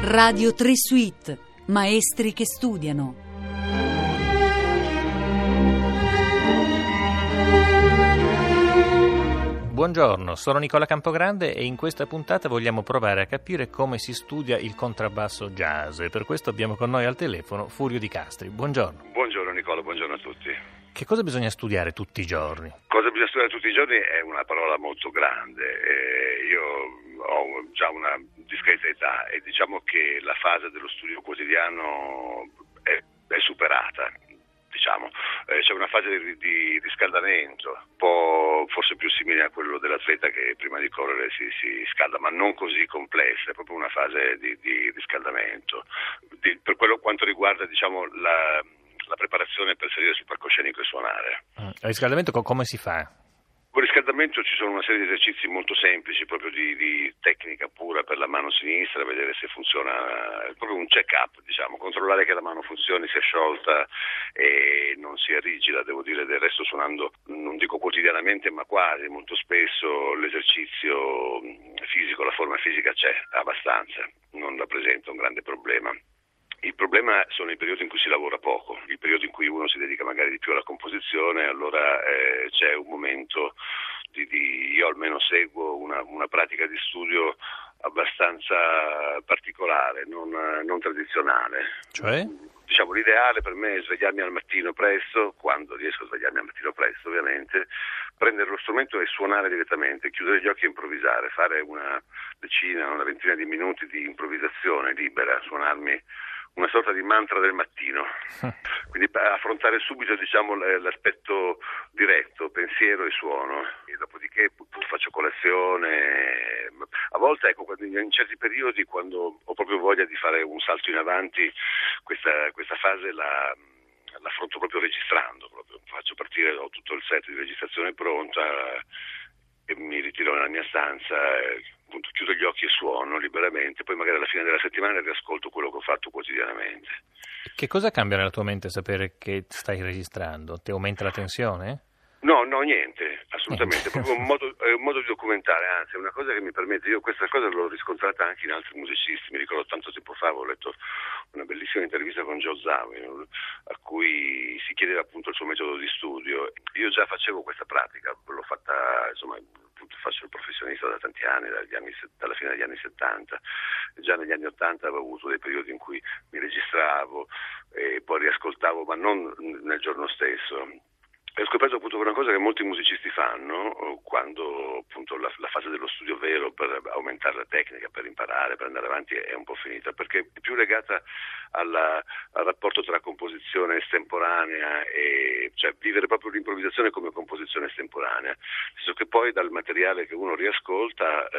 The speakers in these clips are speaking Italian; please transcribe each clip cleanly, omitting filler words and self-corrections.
Radio 3 Suite, maestri che studiano. Buongiorno, sono Nicola Campogrande e in questa puntata vogliamo provare a capire come si studia il contrabbasso jazz e per questo abbiamo con noi al telefono Furio Di Castri. Buongiorno. Buongiorno Nicola, buongiorno a tutti. Che cosa bisogna studiare tutti i giorni? Cosa bisogna studiare tutti i giorni è una parola molto grande. Io ho già una discreta età e diciamo che la fase dello studio quotidiano è superata. Diciamo, c'è una fase di riscaldamento, un po' forse più simile a quello dell'atleta che prima di correre si scalda, ma non così complessa, è proprio una fase di riscaldamento. Per quello quanto riguarda, diciamo, la preparazione per salire sul palcoscenico e suonare. Il riscaldamento come si fa? Con il riscaldamento ci sono una serie di esercizi molto semplici, proprio di tecnica pura per la mano sinistra, vedere se funziona, è proprio un check-up, diciamo, controllare che la mano funzioni, sia sciolta e non sia rigida. Devo dire, del resto suonando, non dico quotidianamente, ma quasi, molto spesso l'esercizio fisico, la forma fisica c'è abbastanza, non rappresenta un grande problema. Il problema sono i periodi in cui si lavora poco, il periodo in cui uno si dedica magari di più alla composizione, allora c'è un momento io almeno seguo una pratica di studio abbastanza particolare, non tradizionale. Cioè? Diciamo, l'ideale per me è svegliarmi al mattino presto, quando riesco a svegliarmi al mattino presto ovviamente, prendere lo strumento e suonare direttamente, chiudere gli occhi e improvvisare, fare una ventina di minuti di improvvisazione libera, suonarmi una sorta di mantra del mattino, quindi affrontare subito, diciamo, l'aspetto diretto, pensiero e suono, e dopodiché faccio colazione. A volte, ecco, in certi periodi, quando ho proprio voglia di fare un salto in avanti, questa fase l'affronto proprio registrando, faccio partire, ho tutto il set di registrazione pronta e mi ritiro nella mia stanza, appunto chiudo gli occhi e suono liberamente, poi magari alla fine della settimana riascolto quello che ho fatto quotidianamente. Che cosa cambia nella tua mente sapere che stai registrando? Ti aumenta la tensione? No, niente, assolutamente, è proprio un modo di documentare, anzi è una cosa che mi permette, io questa cosa l'ho riscontrata anche in altri musicisti, mi ricordo tanto tempo fa avevo letto una bellissima intervista con Joe Zawinul a cui si chiedeva appunto il suo metodo di studio. Io già facevo questa pratica, l'ho fatta, insomma, appunto faccio il professionista da tanti anni, dalla fine degli anni 70, già negli anni 80 avevo avuto dei periodi in cui mi registravo e poi riascoltavo, ma non nel giorno stesso. E ho scoperto appunto una cosa che molti musicisti fanno quando appunto la fase dello studio vero per aumentare la tecnica, per imparare, per andare avanti è un po' finita, perché è più legata al rapporto tra composizione estemporanea e cioè vivere proprio l'improvvisazione come composizione estemporanea, nel senso che poi dal materiale che uno riascolta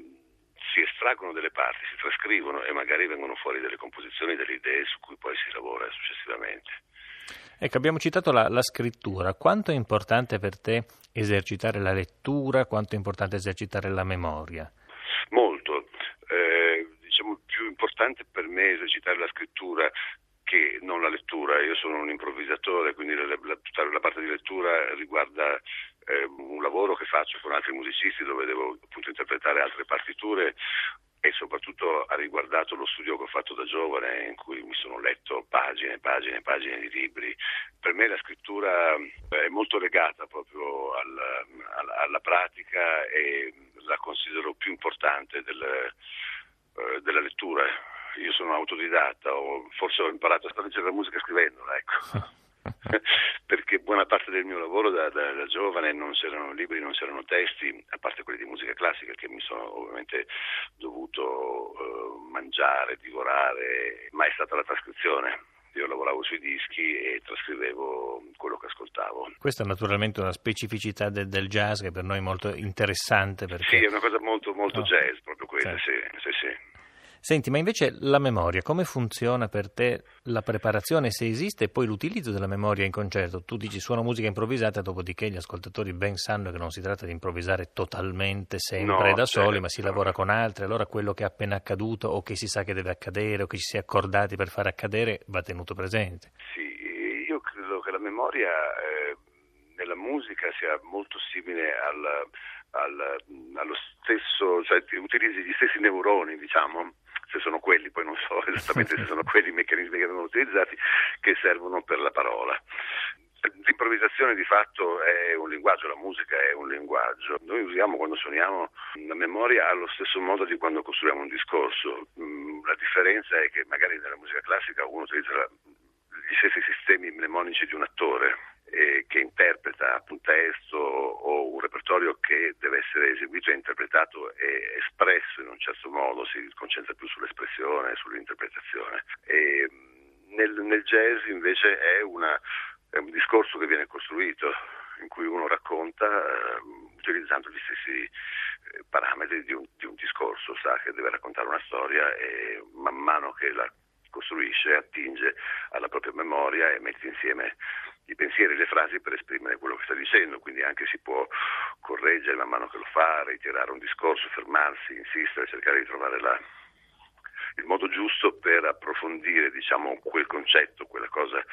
si estraggono delle parti, si trascrivono e magari vengono fuori delle composizioni, delle idee su cui poi si lavora successivamente. Ecco, abbiamo citato la scrittura. Quanto è importante per te esercitare la lettura? Quanto è importante esercitare la memoria? Molto. Diciamo più importante per me esercitare la scrittura che non la lettura. Io sono un improvvisatore, quindi tutta la parte di lettura riguarda un lavoro che faccio con altri musicisti dove devo appunto interpretare altre partiture, e soprattutto ha riguardato lo studio che ho fatto da giovane in cui mi sono letto pagine e pagine e pagine di libri. Per me la scrittura è molto legata proprio alla pratica e la considero più importante della lettura. Io sono autodidatta, forse ho imparato a leggere la musica scrivendola, ecco. Perché buona parte del mio lavoro da giovane non c'erano libri, non c'erano testi, a parte quelli di musica classica che mi sono ovviamente dovuto mangiare, divorare, ma è stata la trascrizione. Io lavoravo sui dischi e trascrivevo quello che ascoltavo. Questa è naturalmente una specificità del jazz che per noi è molto interessante. Perché... Sì, è una cosa molto jazz proprio questa, sì. Senti, ma invece la memoria, come funziona per te la preparazione, se esiste, e poi l'utilizzo della memoria in concerto? Tu dici suono musica improvvisata, dopodiché gli ascoltatori ben sanno che non si tratta di improvvisare totalmente sempre da soli, ma si lavora con altri, allora quello che è appena accaduto o che si sa che deve accadere o che ci si è accordati per far accadere va tenuto presente. Sì, io credo che la memoria nella musica sia molto simile allo stesso, cioè utilizzi gli stessi neuroni, diciamo. se sono quelli, poi non so esattamente se sono quelli i meccanismi che vengono utilizzati, che servono per la parola. L'improvvisazione di fatto è un linguaggio, la musica è un linguaggio. Noi usiamo quando suoniamo la memoria allo stesso modo di quando costruiamo un discorso. La differenza è che magari nella musica classica uno utilizza gli stessi sistemi mnemonici di un attore che interpreta un testo o un repertorio che deve essere eseguito e interpretato e espresso in un certo modo, si concentra più sull'espressione, sull'interpretazione. E nel jazz invece è un discorso che viene costruito, in cui uno racconta utilizzando gli stessi parametri di un discorso, sa che deve raccontare una storia e man mano che la costruisce attinge alla propria memoria e mette insieme i pensieri e le frasi per esprimere quello che sta dicendo, quindi anche si può correggere man mano che lo fa, ritirare un discorso, fermarsi, insistere, cercare di trovare il modo giusto per approfondire, diciamo, quel concetto, quella cosa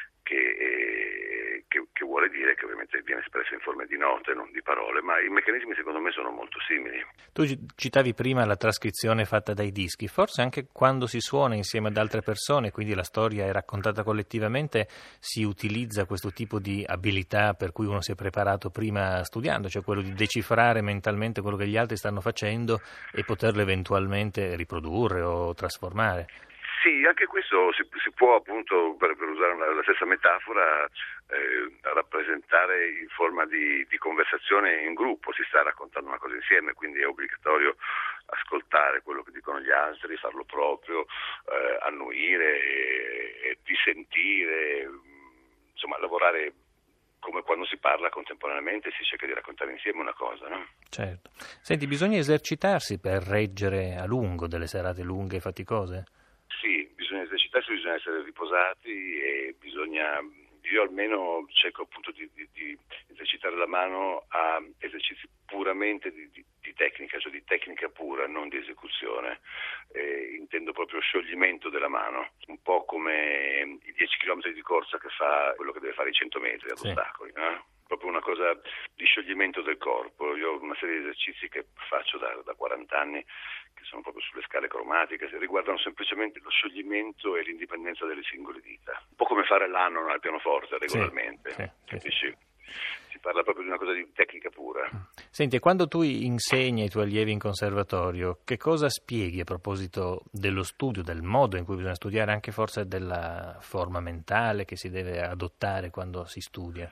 che vuole dire, che ovviamente viene espressa in forma di note, non di parole, ma i meccanismi secondo me sono molto simili. Tu citavi prima la trascrizione fatta dai dischi, forse anche quando si suona insieme ad altre persone, quindi la storia è raccontata collettivamente, si utilizza questo tipo di abilità per cui uno si è preparato prima studiando, cioè quello di decifrare mentalmente quello che gli altri stanno facendo e poterlo eventualmente riprodurre o trasformare. Sì, anche questo si può appunto, per usare la stessa metafora, rappresentare in forma di conversazione in gruppo, si sta raccontando una cosa insieme, quindi è obbligatorio ascoltare quello che dicono gli altri, farlo proprio, annuire e dissentire, insomma lavorare come quando si parla contemporaneamente, si cerca di raccontare insieme una cosa, no? Certo. Senti, bisogna esercitarsi per reggere a lungo delle serate lunghe e faticose? Sì, bisogna esercitarsi, bisogna essere riposati e io almeno cerco appunto di esercitare la mano a esercizi puramente di tecnica, cioè di tecnica pura, non di esecuzione. Intendo proprio scioglimento della mano, un po' come i 10 km di corsa che fa quello che deve fare i 100 metri ad ostacoli, no? Proprio una cosa di scioglimento del corpo. Io ho una serie di esercizi che faccio da 40 anni, che sono proprio sulle scale cromatiche, che riguardano semplicemente lo scioglimento e l'indipendenza delle singole dita. Un po' come fare l'anno al pianoforte regolarmente. Sì. Si parla proprio di una cosa di tecnica pura. Senti, quando tu insegni ai tuoi allievi in conservatorio, che cosa spieghi a proposito dello studio, del modo in cui bisogna studiare, anche forse della forma mentale che si deve adottare quando si studia?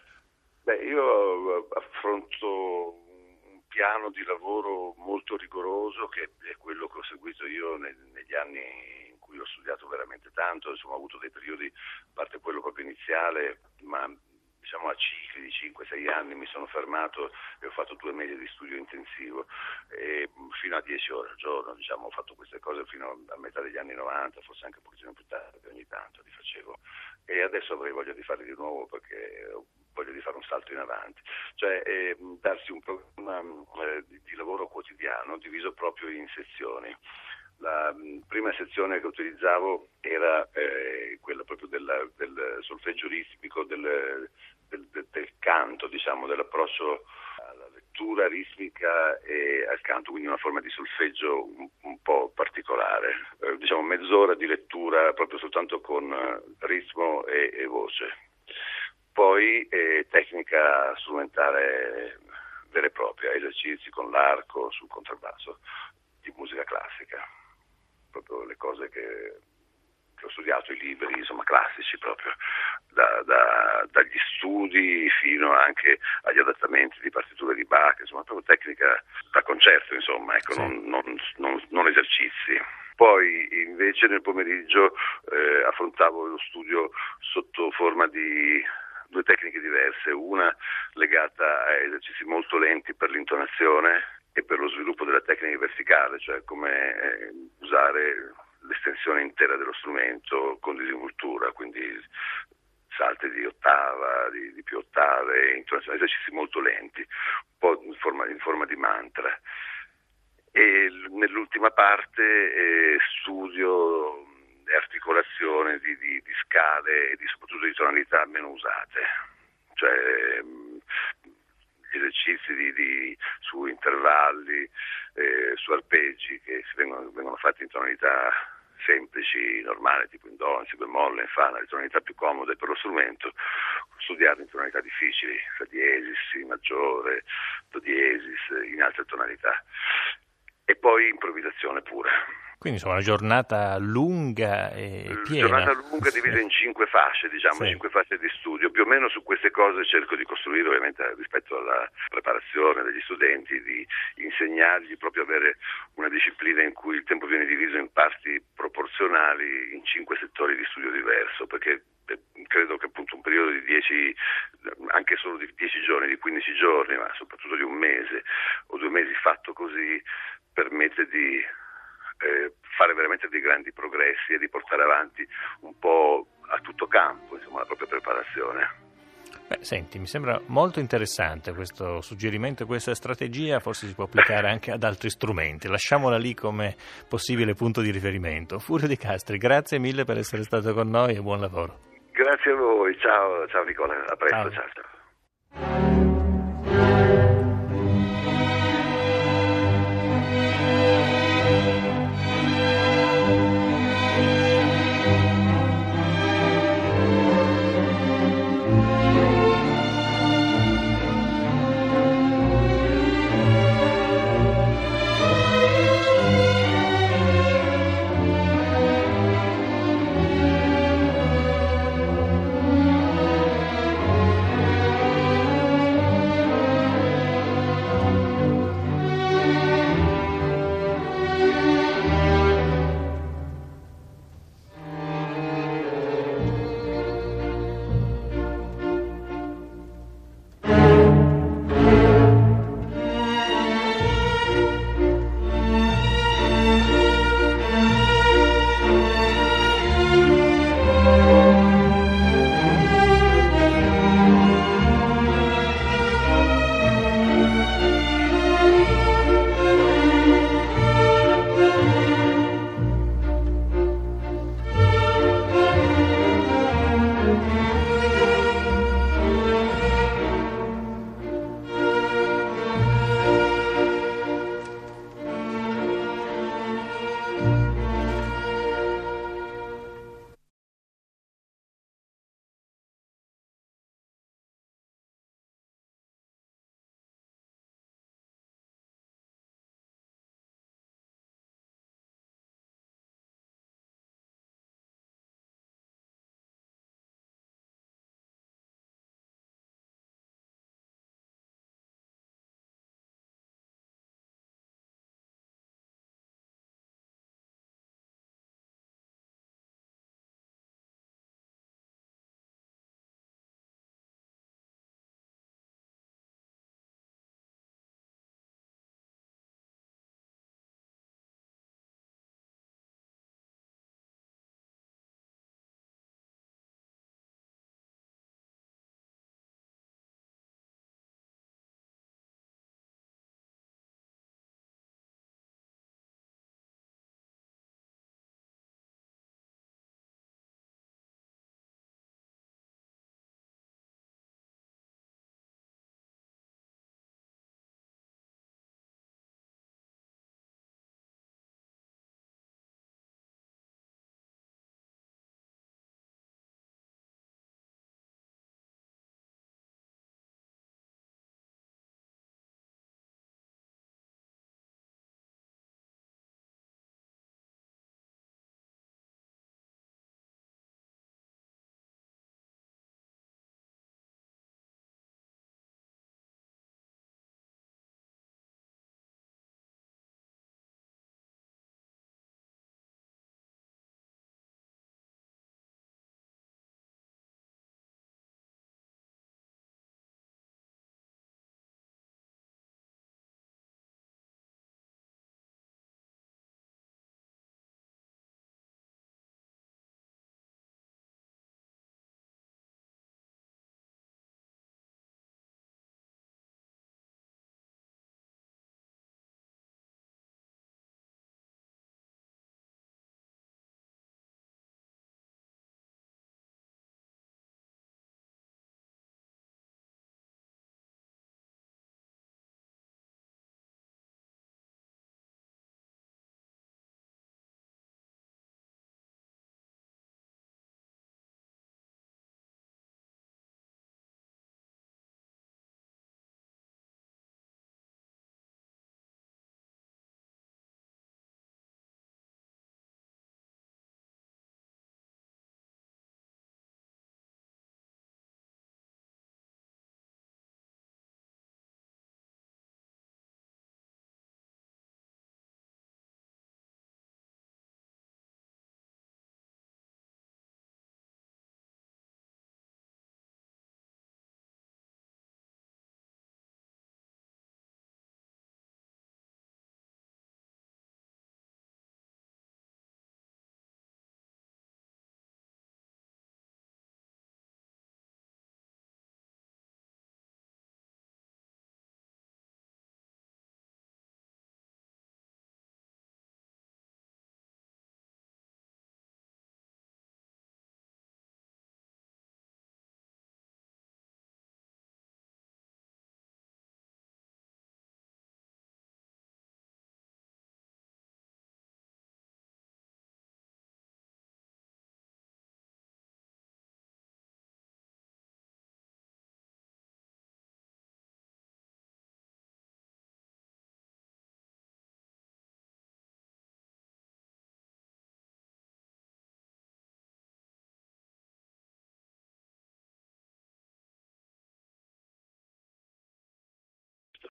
Io affronto un piano di lavoro molto rigoroso, che è quello che ho seguito io negli anni in cui ho studiato veramente tanto. Insomma, ho avuto dei periodi, a parte quello proprio iniziale, ma diciamo a cicli di 5-6 anni mi sono fermato e ho fatto 2 medie di studio intensivo, e fino a 10 ore al giorno, diciamo, ho fatto queste cose fino a metà degli anni 90, forse anche un pochettino più tardi, ogni tanto li facevo, e adesso avrei voglia di farli di nuovo perché voglio di fare un salto in avanti, cioè darsi un programma di lavoro quotidiano diviso proprio in sezioni. La prima sezione che utilizzavo era quella proprio del solfeggio ritmico, del canto, diciamo, dell'approccio alla lettura ritmica e al canto, quindi una forma di solfeggio un po' particolare, diciamo mezz'ora di lettura proprio soltanto con ritmo e voce. Poi tecnica strumentale vera e propria, esercizi con l'arco, sul contrabbasso, di musica classica, proprio le cose che ho studiato, i libri, insomma, classici proprio, dagli studi fino anche agli adattamenti di partiture di Bach, insomma, proprio tecnica da concerto, insomma, ecco, sì. non esercizi. Poi invece nel pomeriggio affrontavo lo studio sotto forma di 2 tecniche diverse, una legata a esercizi molto lenti per l'intonazione e per lo sviluppo della tecnica verticale, cioè come usare l'estensione intera dello strumento con disinvoltura, quindi salti di ottava, di più ottave, esercizi molto lenti, un po' in forma di mantra. E nell'ultima parte studio e articolazione di scale e soprattutto di tonalità meno usate, cioè gli esercizi su intervalli, su arpeggi che vengono fatti in tonalità semplici, normali, tipo in do, in si bemolle, in fa, le tonalità più comode per lo strumento, studiarli in tonalità difficili, fa diesis, si maggiore, do diesis, in altre tonalità, e poi improvvisazione pura. Quindi insomma una giornata lunga e piena. Giornata lunga divisa in 5 fasce, diciamo, 5 fasce di studio. Più o meno su queste cose cerco di costruire, ovviamente rispetto alla preparazione degli studenti, di insegnargli proprio avere una disciplina in cui il tempo viene diviso in parti proporzionali in 5 settori di studio diverso, perché credo che appunto un periodo di 10, anche solo di 10 giorni, di 15 giorni, ma soprattutto di un mese o 2 mesi fatto così, permette di fare veramente dei grandi progressi e di portare avanti un po' a tutto campo, insomma, la propria preparazione. Senti, mi sembra molto interessante questo suggerimento, questa strategia, forse si può applicare anche ad altri strumenti. Lasciamola lì come possibile punto di riferimento. Furio Di Castri, grazie mille per essere stato con noi e buon lavoro. Grazie a voi, ciao Nicola, a presto, ciao.